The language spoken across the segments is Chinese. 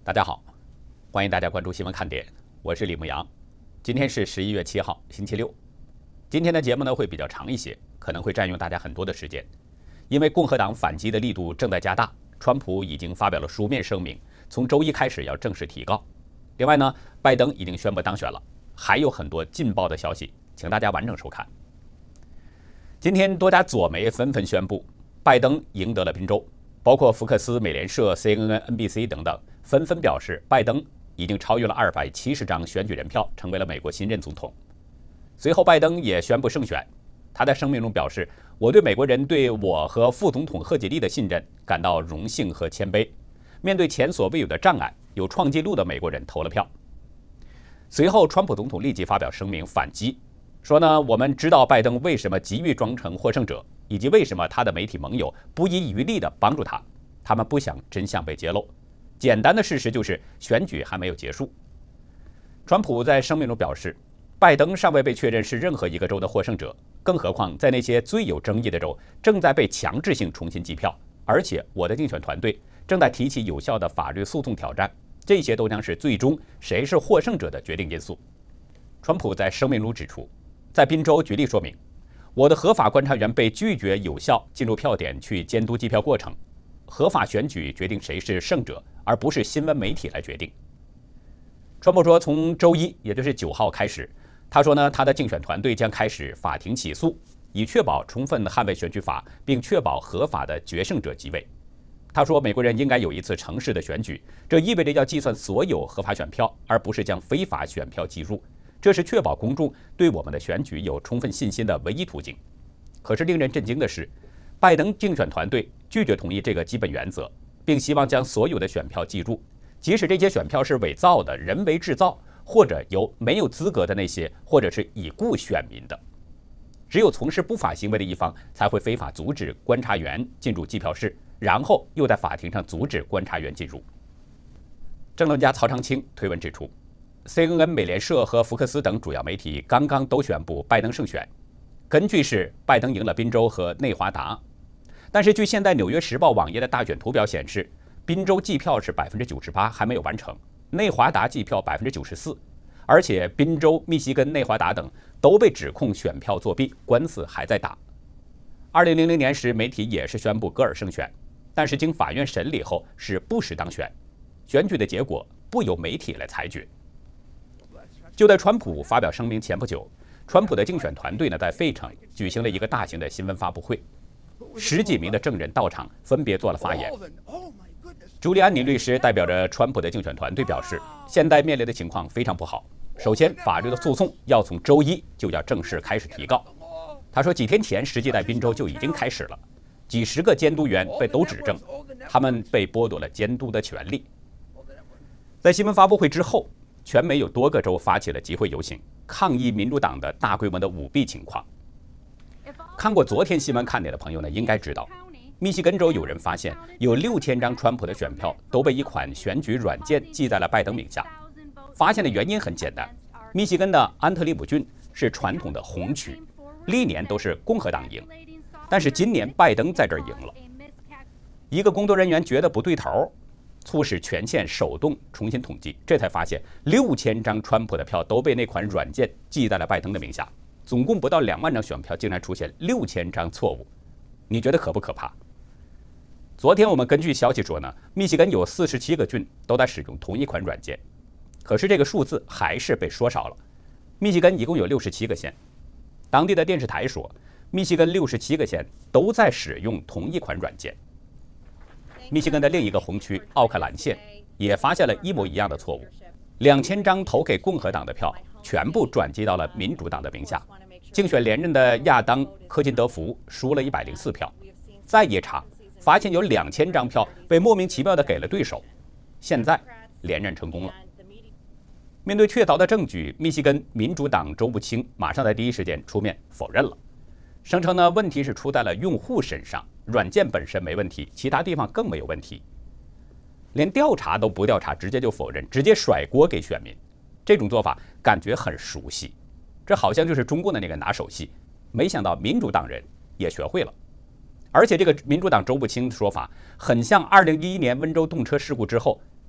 大家好，欢迎大家关注新闻看点，我是李牧阳。今天是11月7号，星期六。今天的节目呢会比较长一些，可能会占用大家很多的时间，因为共和党反击的力度正在加大，川普已经发表了书面声明，从周一开始要正式提告。另外呢，拜登已经宣布当选了，还有很多劲爆的消息，请大家完整收看。今天多家左媒纷纷宣布，拜登赢得了宾州，包括福克斯、美联社、CNN、NBC 等等，纷纷表示拜登已经超越了270张选举人票，成为了美国新任总统。随后，拜登也宣布胜选。他在声明中表示：“我对美国人对我和副总统贺锦丽的信任感到荣幸和谦卑。面对前所未有的障碍，有创纪录的美国人投了票。”随后，川普总统立即发表声明反击，说呢：“我们知道拜登为什么急于装成获胜者，以及为什么他的媒体盟友不遗余力地帮助他，他们不想真相被揭露。简单的事实就是选举还没有结束。”川普在声明中表示，拜登尚未被确认是任何一个州的获胜者，更何况在那些最有争议的州正在被强制性重新计票，而且我的竞选团队正在提起有效的法律诉讼挑战，这些都将是最终谁是获胜者的决定因素。川普在声明中指出，在宾州举例说明，我的合法观察员被拒绝有效进入票点去监督计票过程，合法选举决定谁是胜者，而不是新闻媒体来决定。川普说，从周一，也就是9号开始，他说呢，他的竞选团队将开始法庭起诉，以确保充分捍卫选举法，并确保合法的决胜者即位。他说，美国人应该有一次诚实的选举，这意味着要计算所有合法选票，而不是将非法选票计入。这是确保公众对我们的选举有充分信心的唯一途径。可是令人震惊的是，拜登竞选团队拒绝同意这个基本原则，并希望将所有的选票计入，即使这些选票是伪造的、人为制造，或者由没有资格的那些，或者是已故选民的。只有从事不法行为的一方才会非法阻止观察员进入计票室，然后又在法庭上阻止观察员进入。政论家曹长青推文指出， CNN、美联社和福克斯等主要媒体刚刚都宣布拜登胜选，根据是拜登赢了宾州和内华达。但是据现在《纽约时报》网页的大选图表显示，宾州计票是98%还没有完成，内华达计票94%，而且宾州、密西根、内华达等都被指控选票作弊，官司还在打。2000年时，媒体也是宣布戈尔胜选，但是经法院审理后是布什当选，选举的结果不由媒体来裁决。就在川普发表声明前不久，川普的竞选团队呢在费城举行了一个大型的新闻发布会，10几名的证人到场，分别做了发言。朱利安尼律师代表着川普的竞选团队表示，现在面临的情况非常不好。首先，法律的诉讼要从周一就要正式开始提告。他说，几天前实际在宾州就已经开始了，几十个监督员都指证，他们被剥夺了监督的权利。在新闻发布会之后，全美有多个州发起了集会游行，抗议民主党的大规模的舞弊情况。看过昨天新闻看点的朋友呢，应该知道，密西根州有人发现有6000张川普的选票都被一款选举软件记在了拜登名下。发现的原因很简单，密西根的安特利普郡是传统的红区，历年都是共和党赢，但是今年拜登在这儿赢了。一个工作人员觉得不对头，促使全县手动重新统计，这才发现6000张川普的票都被那款软件记在了拜登的名下，总共不到2万张选票竟然出现6000张错误，你觉得可不可怕？昨天我们根据消息说呢，密西根有47个郡都在使用同一款软件，可是这个数字还是被说少了。密西根一共有67个县，当地的电视台说，密西根67个县都在使用同一款软件。密西根的另一个红区奥克兰县也发现了一模一样的错误，2000张投给共和党的票全部转寄到了民主党的名下，竞选连任的亚当·科金德福输了104票。再一查，发现有2000张票被莫名其妙地给了对手，现在连任成功了。面对确凿的证据，密西根民主党州务卿马上在第一时间出面否认了，声称呢问题是出在了用户身上，软件本身没问题，其他地方更没有问题。连调查都不调查，直接就否认，直接甩锅给选民，这种做法感觉很熟悉，这好像就是中共的那个拿手戏，没想到民主党人也学会了。而且这个民主党州务卿的说法很像2011年温州动车事故之后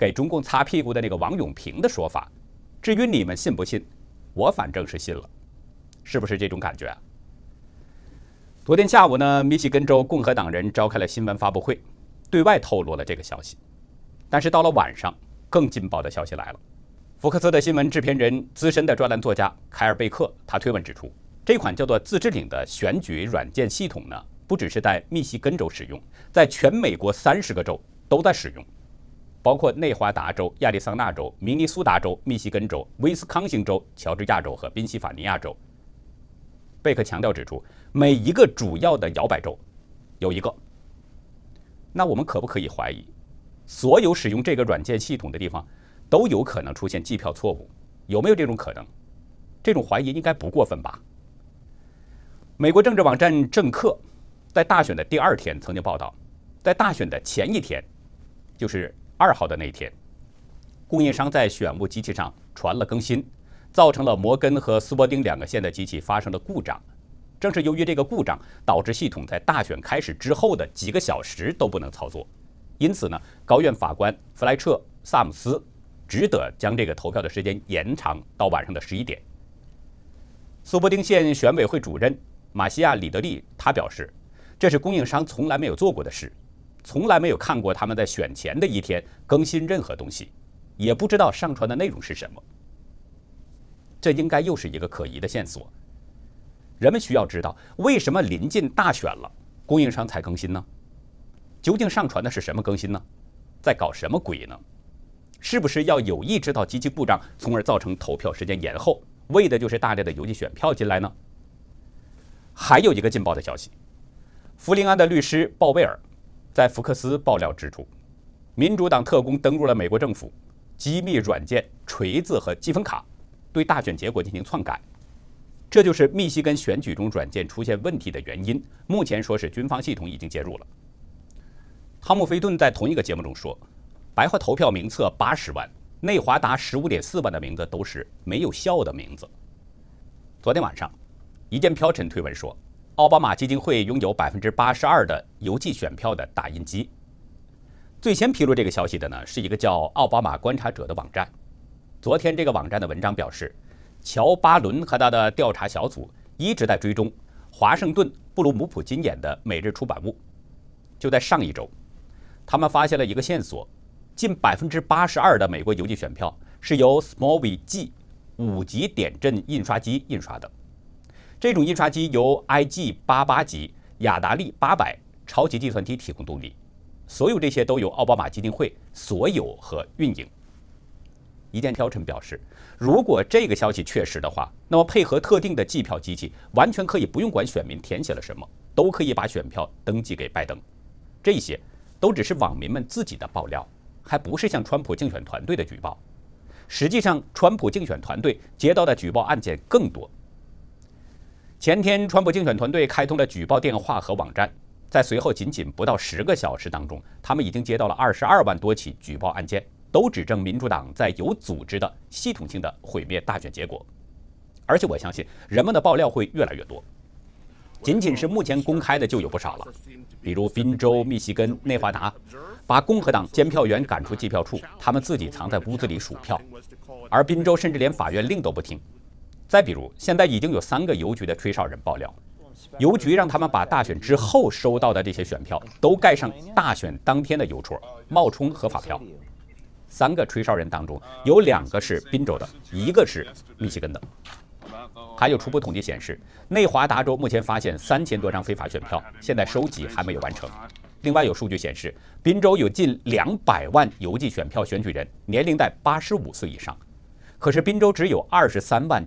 给中共擦屁股的那个王永平的说法。至于你们信不信，我反正是信了，是不是这种感觉啊？昨天下午呢，密西根州共和党人召开了新闻发布会，对外透露了这个消息。但是到了晚上，更劲爆的消息来了。福克斯的新闻制片人、资深的专栏作家凯尔贝克，他推文指出，这款叫做自治领的选举软件系统呢，不只是在密西根州使用，在全美国30个州都在使用，包括内华达州、亚利桑那州、明尼苏达州、密西根州、威斯康星州、乔治亚州和宾夕法尼亚州。贝克强调指出，每一个主要的摇摆州有一个。那我们可不可以怀疑，所有使用这个软件系统的地方都有可能出现计票错误？有没有这种可能？这种怀疑应该不过分吧？美国政治网站政客在大选的第2天曾经报道，在大选的前一天，就是2号的那一天，供应商在选务机器上传了更新，造成了摩根和斯伯丁2个县的机器发生了故障。正是由于这个故障，导致系统在大选开始之后的几个小时都不能操作。因此呢，高院法官弗莱彻·萨姆斯只得将这个投票的时间延长到晚上的11点。斯伯丁县选委会主任马西亚·里德利他表示，这是供应商从来没有做过的事，从来没有看过他们在选前的一天更新任何东西，也不知道上传的内容是什么。这应该又是一个可疑的线索。人们需要知道，为什么临近大选了，供应商才更新呢？究竟上传的是什么更新呢？在搞什么鬼呢？是不是要有意制造机器故障，从而造成投票时间延后，为的就是大量的邮寄选票进来呢？还有一个劲爆的消息，弗林安的律师鲍威尔在福克斯爆料指出，民主党特工登入了美国政府机密软件锤子和积分卡，对大选结果进行篡改。这就是密西根选举中软件出现问题的原因。目前说是军方系统已经介入了。汤姆·菲顿在同一个节目中说，白话投票名册80万，内华达15.4万的名字都是没有效的名字。昨天晚上，一键飘尘推文说，奥巴马基金会拥有82%的邮寄选票的打印机。最先披露这个消息的呢，是一个叫奥巴马观察者的网站。昨天这个网站的文章表示，乔·巴伦和他的调查小组一直在追踪华盛顿布鲁姆普金眼的每日出版物。就在上一周，他们发现了一个线索，近82%的美国邮寄选票是由 Smallville G 5级点阵印刷机印刷的。这种印刷机由 IG88 级雅达利800超级计算机提供动力，所有这些都由奥巴马基金会所有和运营。一键飘尘表示，如果这个消息确实的话，那么配合特定的计票机器，完全可以不用管选民填写了什么，都可以把选票登记给拜登。这些都只是网民们自己的爆料，还不是向川普竞选团队的举报。实际上，川普竞选团队接到的举报案件更多。前天，川普竞选团队开通了举报电话和网站，在随后仅不到10个小时当中，他们已经接到了22万多起举报案件，都指证民主党在有组织的系统性的毁灭大选结果。而且我相信人们的爆料会越来越多，仅是目前公开的就有不少了，比如宾州、密西根、内华达把共和党监票员赶出计票处，他们自己藏在屋子里数票，而宾州甚至连法院令都不听。再比如，现在已经有3个邮局的吹哨人爆料，邮局让他们把大选之后收到的这些选票都盖上大选当天的邮戳，冒充合法票。3个吹哨人当中，有2个是宾州的，1个是密西根的。还有初步统计显示，内华达州目前发现3000多张非法选票，现在收集还没有完成。另外有数据显示，宾州有近200万邮寄选票选举人，年龄在85岁以上。可是宾州只有23万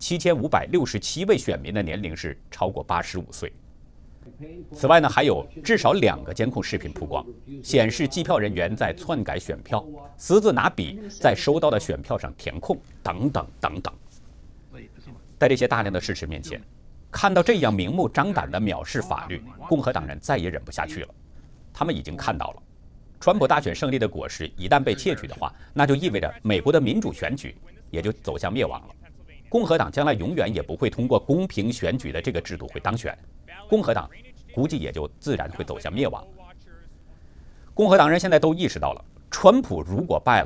7567位选民的年龄是超过85岁。此外呢，还有至少2个监控视频曝光，显示计票人员在篡改选票，私自拿笔在收到的选票上填空，等等等等。在这些大量的事实面前，看到这样明目张胆的藐视法律，共和党人再也忍不下去了。他们已经看到了，川普大选胜利的果实一旦被窃取的话，那就意味着美国的民主选举也就走向灭亡了。共和党将来永远也不会通过公平选举的这个制度会当选，共和党估计也就自然会走向灭亡。共和党人现在都意识到了，川普如果败了，共和党将来永远也不会通过公平选举的这个制度会当选，共和党估计也就自然会走向灭亡。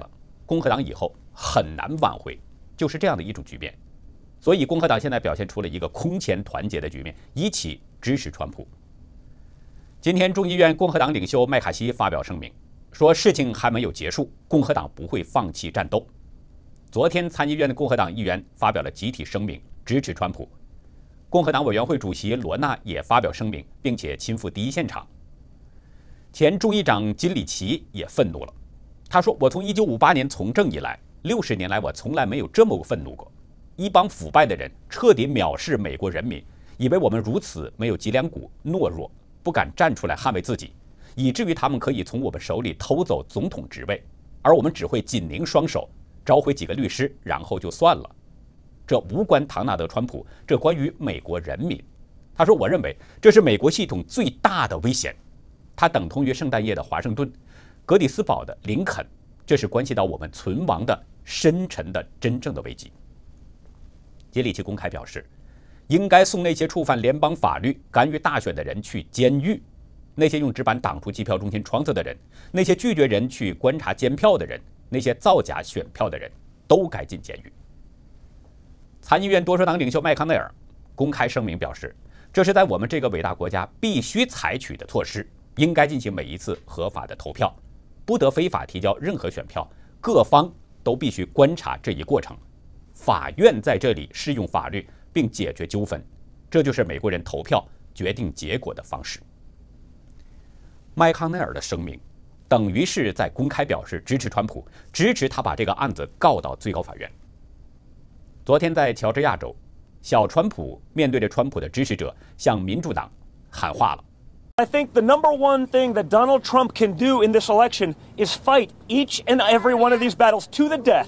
共和党以后很难挽回，就是这样的一种局面。所以共和党现在表现出了一个空前团结的局面，一起支持川普。今天众议院共和党领袖麦卡锡发表声明，说事情还没有结束，共和党不会放弃战斗。昨天参议院的共和党议员发表了集体声明，支持川普。共和党委员会主席罗纳也发表声明，并且亲赴第一现场。前众议长金里奇也愤怒了，他说：“我从1958年从政以来，60年来我从来没有这么愤怒过。一帮腐败的人彻底藐视美国人民，以为我们如此没有脊梁骨、懦弱，不敢站出来捍卫自己，以至于他们可以从我们手里偷走总统职位，而我们只会紧拧双手，召回几个律师，然后就算了。这无关唐纳德·川普，这关于美国人民。”他说：“我认为这是美国系统最大的危险。它等同于圣诞夜的华盛顿，格里斯堡的林肯，这是关系到我们存亡的深沉的真正的危机。”杰里奇公开表示，应该送那些触犯联邦法律、干预大选的人去监狱，那些用纸板挡住计票中心窗子的人，那些拒绝人去观察监票的人，那些造假选票的人，都该进监狱。参议院多数党领袖麦康奈尔公开声明表示，这是在我们这个伟大国家必须采取的措施，应该进行每一次合法的投票，不得非法提交任何选票，各方都必须观察这一过程，法院在这里适用法律并解决纠纷，这就是美国人投票决定结果的方式。麦康奈尔的声明等于是在公开表示支持川普，支持他把这个案子告到最高法院。昨天在乔治亚州，小川普面对着川普的支持者向民主党喊话了。 I think the number one thing that Donald Trump can do in this election is fight each and every one of these battles to the death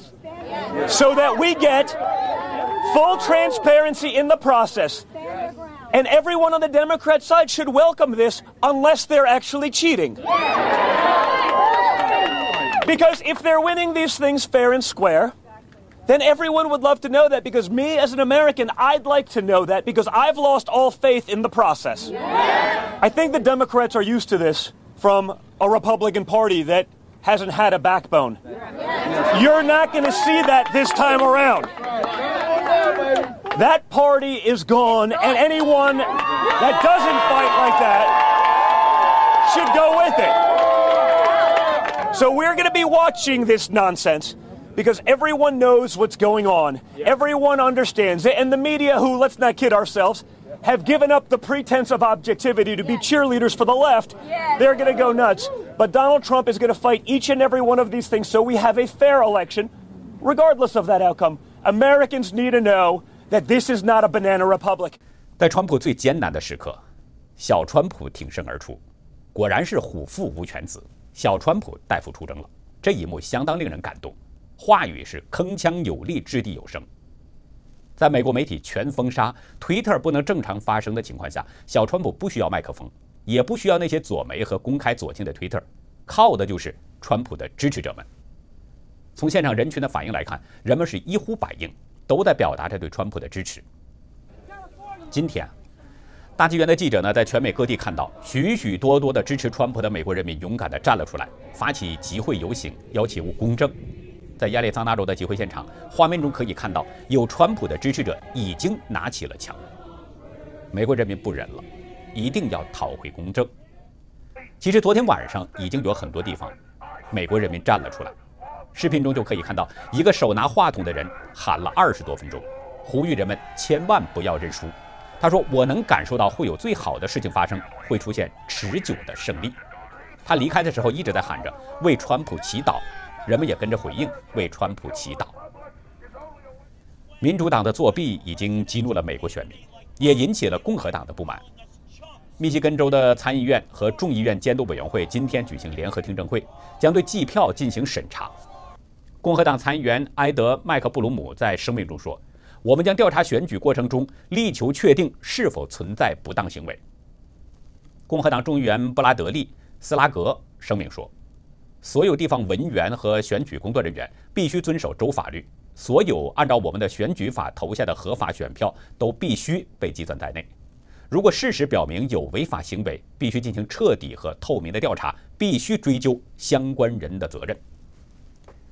so that we get full transparency in the process. And everyone on the Democrat side should welcome this unless they're actually cheating. Because if they're winning these things fair and square, then everyone would love to know that, because me as an American, I'd like to know that, because I've lost all faith in the process. I think the Democrats are used to this from a Republican Party that hasn't had a backbone. You're not going to see that this time around. That party is gone, and anyone that doesn't fight like that should go with it. So we're going to be watching this nonsense, because everyone knows what's going on. Everyone understands it. And the media, who, let's not kid ourselves, have given up the pretense of objectivity to be cheerleaders for the left, they're going to go nuts. But Donald Trump is going to fight each and every one of these things so we have a fair election, regardless of that outcome. Americans need to know that this is not a banana republic. 在川普最艰难的时刻，小川普挺身而出，果然是虎父无犬子，小川普代父出征了。这一幕相当令人感动。话语是铿锵有力，掷地有声。在美国媒体全封杀、Twitter 不能正常发声的情况下，小川普不需要麦克风，也不需要那些左媒和公开左倾的 Twitter， 靠的就是川普的支持者们。从现场人群的反应来看，人们是一呼百应，都在表达着对川普的支持。今天，大纪元的记者呢，在全美各地看到许许多多的支持川普的美国人民勇敢地站了出来，发起集会游行，要求公正。在亚利桑那州的集会现场，画面中可以看到有川普的支持者已经拿起了枪。美国人民不忍了，一定要讨回公正。其实昨天晚上已经有很多地方，美国人民站了出来。视频中就可以看到一个手拿话筒的人喊了20多分钟，呼吁人们千万不要认输。他说：“我能感受到会有最好的事情发生，会出现持久的胜利。”他离开的时候一直在喊着为川普祈祷。人们也跟着回应，为川普祈祷。民主党的作弊已经激怒了美国选民，也引起了共和党的不满。密西根州的参议院和众议院监督委员会今天举行联合听证会，将对计票进行审查。共和党参议员埃德·麦克布鲁姆在声明中说：“我们将调查选举过程中，力求确定是否存在不当行为。”共和党众议员布拉德利·斯拉格声明说：“所有地方文员和选举工作人员必须遵守州法律，所有按照我们的选举法投下的合法选票都必须被计算在内。如果事实表明有违法行为，必须进行彻底和透明的调查，必须追究相关人的责任。”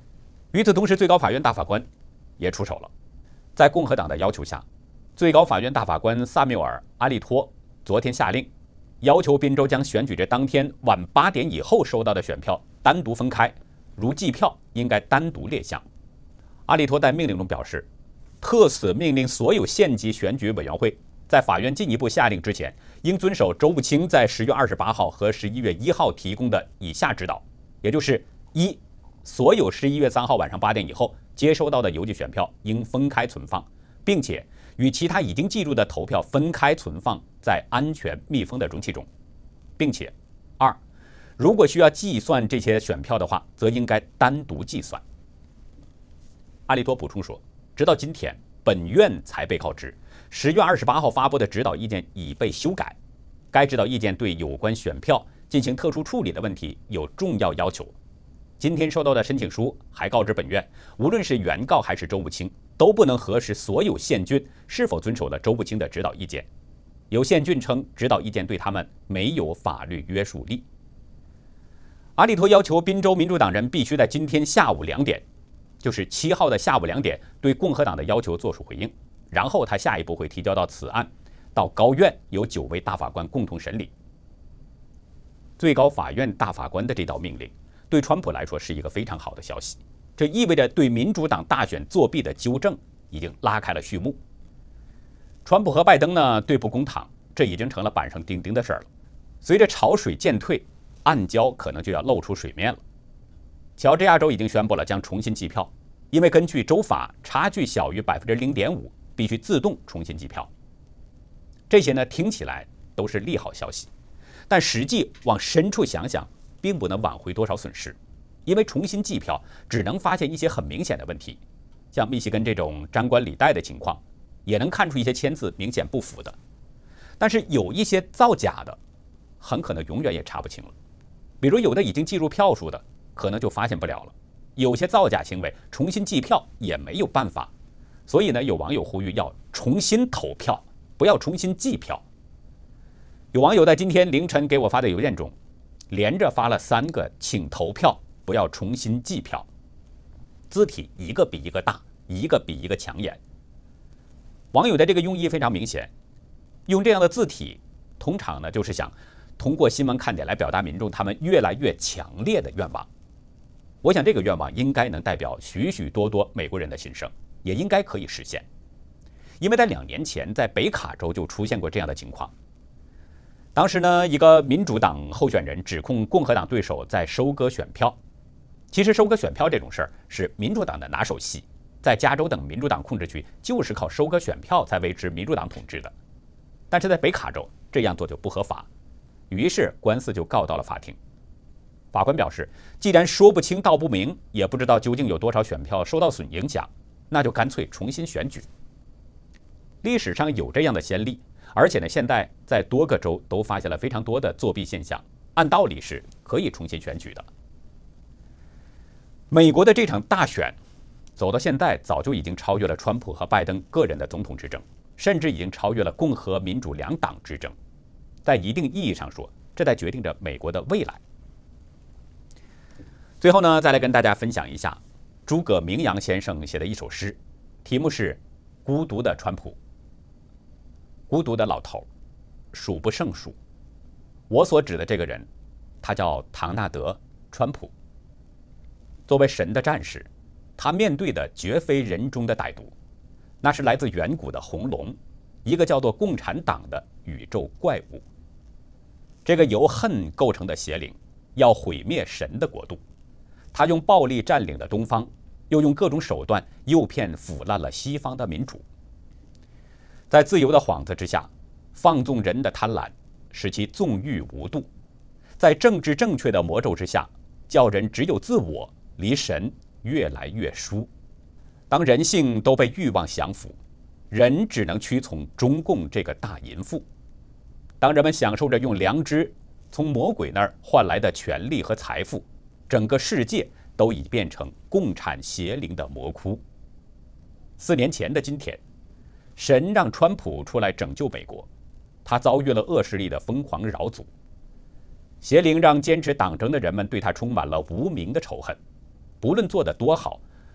与此同时，最高法院大法官也出手了。在共和党的要求下，最高法院大法官萨缪尔·阿利托昨天下令，要求宾州将选举日当天晚8点以后收到的选票单独分开，如计票应该单独列项。阿利托在命令中表示，特此命令所有县级选举委员会在法院进一步下令之前，应遵守周步清在10月28号和11月1号提供的以下指导，也就是一，所有11月3号晚上8点以后接收到的邮寄选票应分开存放，并且与其他已经记录的投票分开存放在安全密封的容器中，并且二，如果需要计算这些选票的话，则应该单独计算。阿利托补充说，直到今天，本院才被告知10月28号发布的指导意见已被修改，该指导意见对有关选票进行特殊处理的问题有重要要求。今天收到的申请书还告知本院，无论是原告还是周步清，都不能核实所有县郡是否遵守了周步清的指导意见。有县郡称指导意见对他们没有法律约束力。阿利托要求宾州民主党人必须在今天下午2点，就是7号的下午2点，对共和党的要求作出回应，然后他下一步会提交到此案到高院，由9位大法官共同审理。最高法院大法官的这道命令对川普来说是一个非常好的消息，这意味着对民主党大选作弊的纠正已经拉开了序幕。川普和拜登呢对簿公堂，这已经成了板上钉钉的事儿了。随着潮水渐退，暗礁可能就要露出水面了。乔治亚州已经宣布了将重新计票，因为根据州法，差距小于0.5%必须自动重新计票。这些呢听起来都是利好消息，但实际往深处想想，并不能挽回多少损失，因为重新计票只能发现一些很明显的问题，像密西根这种张冠李戴的情况，也能看出一些签字明显不符的。但是有一些造假的，很可能永远也查不清了。比如有的已经计入票数的，可能就发现不了了。有些造假行为重新计票也没有办法。所以呢，有网友呼吁要重新投票，不要重新计票。有网友在今天凌晨给我发的邮件中，连着发了3个请投票，不要重新计票，字体一个比一个大，一个比一个抢眼。网友的这个用意非常明显，用这样的字体，通常呢就是想通过新闻看点来表达民众他们越来越强烈的愿望。我想这个愿望应该能代表许许多多美国人的心声，也应该可以实现。因为在2年前，在北卡州就出现过这样的情况。当时呢，一个民主党候选人指控共和党对手在收割选票。其实收割选票这种事儿是民主党的拿手戏，在加州等民主党控制区就是靠收割选票才维持民主党统治的。但是在北卡州这样做就不合法，于是官司就告到了法庭。法官表示，既然说不清道不明，也不知道究竟有多少选票受到损影响，那就干脆重新选举。历史上有这样的先例，而且呢，现在在多个州都发现了非常多的作弊现象，按道理是可以重新选举的。美国的这场大选走到现在，早就已经超越了川普和拜登个人的总统之争，甚至已经超越了共和民主2党之争。在一定意义上说，这在决定着美国的未来。最后呢，再来跟大家分享一下诸葛明阳先生写的一首诗，题目是《孤独的川普》。孤独的老头，数不胜数。我所指的这个人，他叫唐纳德·川普。作为神的战士，他面对的绝非人中的歹毒，那是来自远古的红龙，一个叫做共产党的宇宙怪物。这个由恨构成的邪灵，要毁灭神的国度。他用暴力占领了东方，又用各种手段诱骗腐烂了西方的民主。在自由的幌子之下，放纵人的贪婪，使其纵欲无度；在政治正确的魔咒之下，叫人只有自我，离神越来越疏。当人性都被欲望降服，人只能屈从中共这个大淫妇。当人们享受着用良知从魔鬼那儿换来的权利和财富，整个世界都已变成共产邪灵的魔窟。4年前的今天，神让川普出来拯救美国，他遭遇了恶势力的疯狂扰阻。邪灵让坚持党争的人们对他充满了无名的仇恨，不论做得多好，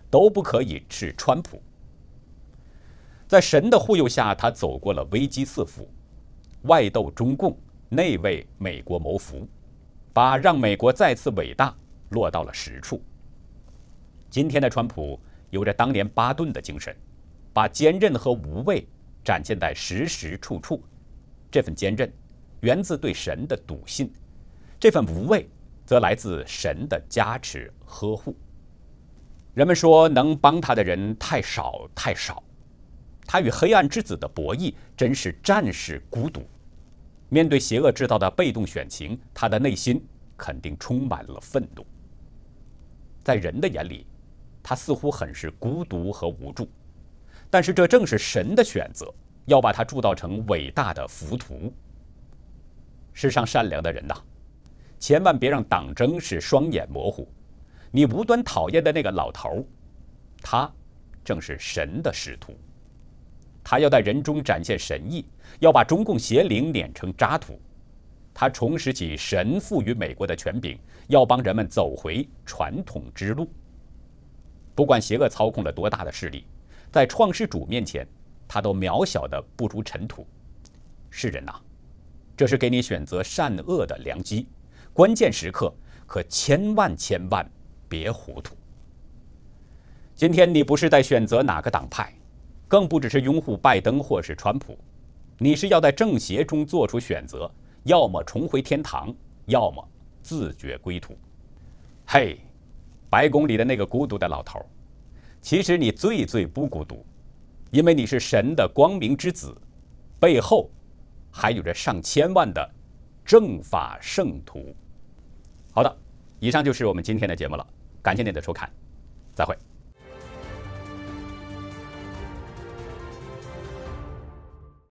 都不可以是川普。在神的护佑下，他走过了危机四伏，外斗中共，内为美国谋福，把让美国再次伟大落到了实处。今天的川普有着当年巴顿的精神，把坚韧和无畏展现在时时处处。这份坚韧源自对神的笃信，这份无畏则来自神的加持呵护。人们说能帮他的人太少太少，他与黑暗之子的博弈真是战士孤独。面对邪恶制造的被动选情，他的内心肯定充满了愤怒。在人的眼里，他似乎很是孤独和无助，但是这正是神的选择，要把他铸造成伟大的浮屠。世上善良的人呐，千万别让党争使双眼模糊。你无端讨厌的那个老头，他正是神的使徒，他要在人中展现神意，要把中共邪灵碾成渣土。他重拾起神赋予美国的权柄，要帮人们走回传统之路。不管邪恶操控了多大的势力，在创世主面前，他都渺小的不如尘土。世人呐，这是给你选择善恶的良机，关键时刻可千万别糊涂。今天你不是在选择哪个党派，更不只是拥护拜登或是川普，你是要在正邪中做出选择，要么重回天堂，要么自绝归途。嘿，白宫里的那个孤独的老头，其实你最不孤独，因为你是神的光明之子，背后还有着上千万的正法圣徒。好的，以上就是我们今天的节目了，感谢您的收看，再会。